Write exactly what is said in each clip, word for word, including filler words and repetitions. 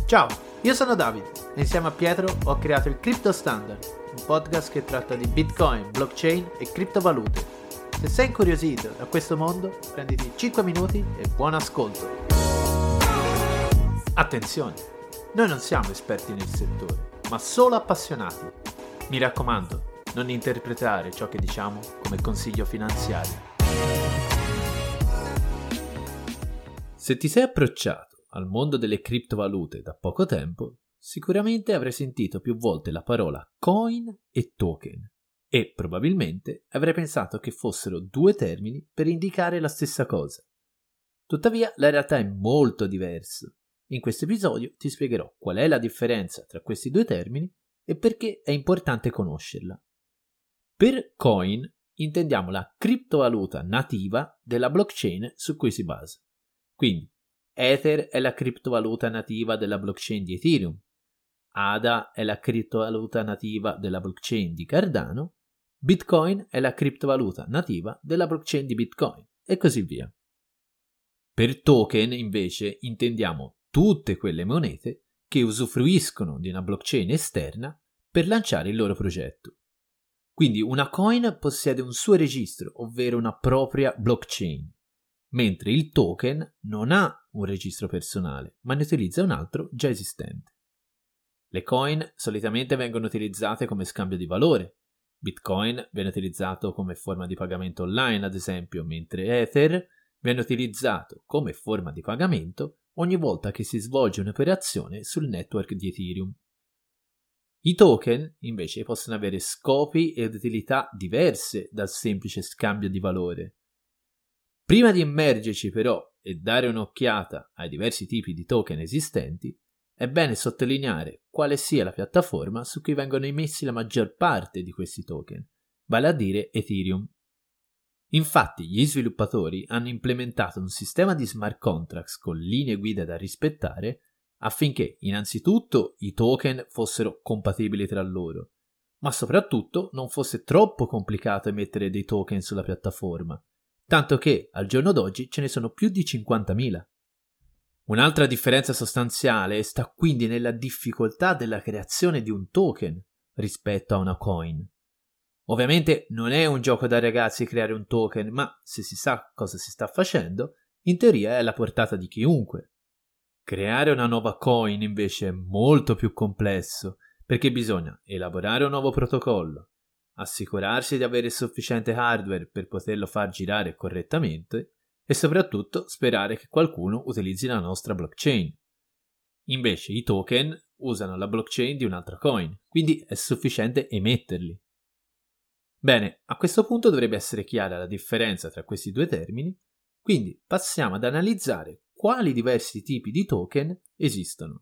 Ciao, io sono Davide e insieme a Pietro ho creato il Crypto Standard, un podcast che tratta di Bitcoin, blockchain e criptovalute. Se sei incuriosito da questo mondo, prenditi cinque minuti e buon ascolto. Attenzione, noi non siamo esperti nel settore, ma solo appassionati. Mi raccomando, non interpretare ciò che diciamo come consiglio finanziario. Se ti sei approcciato al mondo delle criptovalute da poco tempo, sicuramente avrai sentito più volte la parola coin e token e probabilmente avrai pensato che fossero due termini per indicare la stessa cosa. Tuttavia la realtà è molto diversa. In questo episodio ti spiegherò qual è la differenza tra questi due termini e perché è importante conoscerla. Per coin intendiamo la criptovaluta nativa della blockchain su cui si basa. Quindi Ether è la criptovaluta nativa della blockchain di Ethereum, A D A è la criptovaluta nativa della blockchain di Cardano, Bitcoin è la criptovaluta nativa della blockchain di Bitcoin e così via. Per token invece intendiamo tutte quelle monete che usufruiscono di una blockchain esterna per lanciare il loro progetto. Quindi una coin possiede un suo registro, ovvero una propria blockchain, mentre il token non ha un registro personale, ma ne utilizza un altro già esistente. Le coin solitamente vengono utilizzate come scambio di valore. Bitcoin viene utilizzato come forma di pagamento online, ad esempio, mentre Ether viene utilizzato come forma di pagamento ogni volta che si svolge un'operazione sul network di Ethereum. I token, invece, possono avere scopi ed utilità diverse dal semplice scambio di valore. Prima di immergerci però e dare un'occhiata ai diversi tipi di token esistenti, è bene sottolineare quale sia la piattaforma su cui vengono emessi la maggior parte di questi token, vale a dire Ethereum. Infatti gli sviluppatori hanno implementato un sistema di smart contracts con linee guida da rispettare affinché innanzitutto i token fossero compatibili tra loro, ma soprattutto non fosse troppo complicato emettere dei token sulla piattaforma, tanto che al giorno d'oggi ce ne sono più di cinquantamila. Un'altra differenza sostanziale sta quindi nella difficoltà della creazione di un token rispetto a una coin. Ovviamente non è un gioco da ragazzi creare un token, ma se si sa cosa si sta facendo, in teoria è alla portata di chiunque. Creare una nuova coin invece è molto più complesso, perché bisogna elaborare un nuovo protocollo, assicurarsi di avere sufficiente hardware per poterlo far girare correttamente e soprattutto sperare che qualcuno utilizzi la nostra blockchain. Invece i token usano la blockchain di un'altra coin, quindi è sufficiente emetterli. Bene, a questo punto dovrebbe essere chiara la differenza tra questi due termini, quindi passiamo ad analizzare quali diversi tipi di token esistono.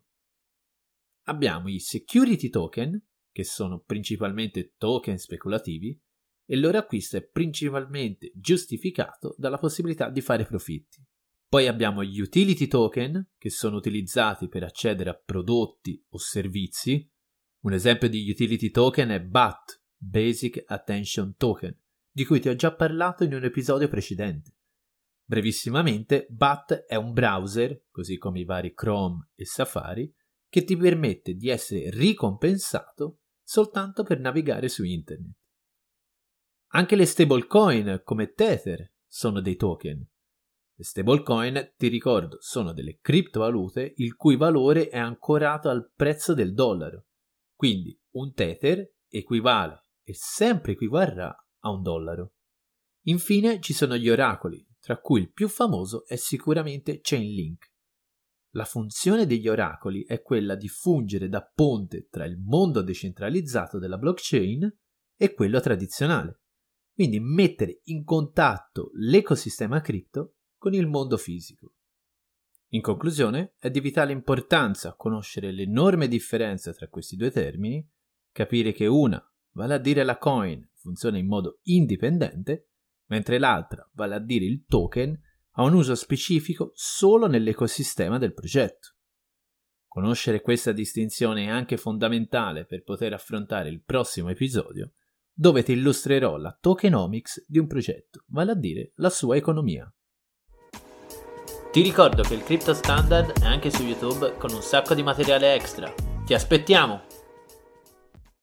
Abbiamo i security token, che sono principalmente token speculativi, e il loro acquisto è principalmente giustificato dalla possibilità di fare profitti. Poi abbiamo gli utility token, che sono utilizzati per accedere a prodotti o servizi. Un esempio di utility token è B A T, Basic Attention Token, di cui ti ho già parlato in un episodio precedente. Brevissimamente, B A T è un browser, così come i vari Chrome e Safari, che ti permette di essere ricompensato soltanto per navigare su internet. Anche le stablecoin come Tether sono dei token. Le stablecoin, ti ricordo, sono delle criptovalute il cui valore è ancorato al prezzo del dollaro. Quindi un Tether equivale e sempre equivarrà a un dollaro. Infine ci sono gli oracoli, tra cui il più famoso è sicuramente Chainlink. La funzione degli oracoli è quella di fungere da ponte tra il mondo decentralizzato della blockchain e quello tradizionale, quindi mettere in contatto l'ecosistema cripto con il mondo fisico. In conclusione, è di vitale importanza conoscere l'enorme differenza tra questi due termini, capire che una, vale a dire la coin, funziona in modo indipendente, mentre l'altra, vale a dire il token, ha un uso specifico solo nell'ecosistema del progetto. Conoscere questa distinzione è anche fondamentale per poter affrontare il prossimo episodio, dove ti illustrerò la tokenomics di un progetto, vale a dire la sua economia. Ti ricordo che il Crypto Standard è anche su YouTube con un sacco di materiale extra. Ti aspettiamo!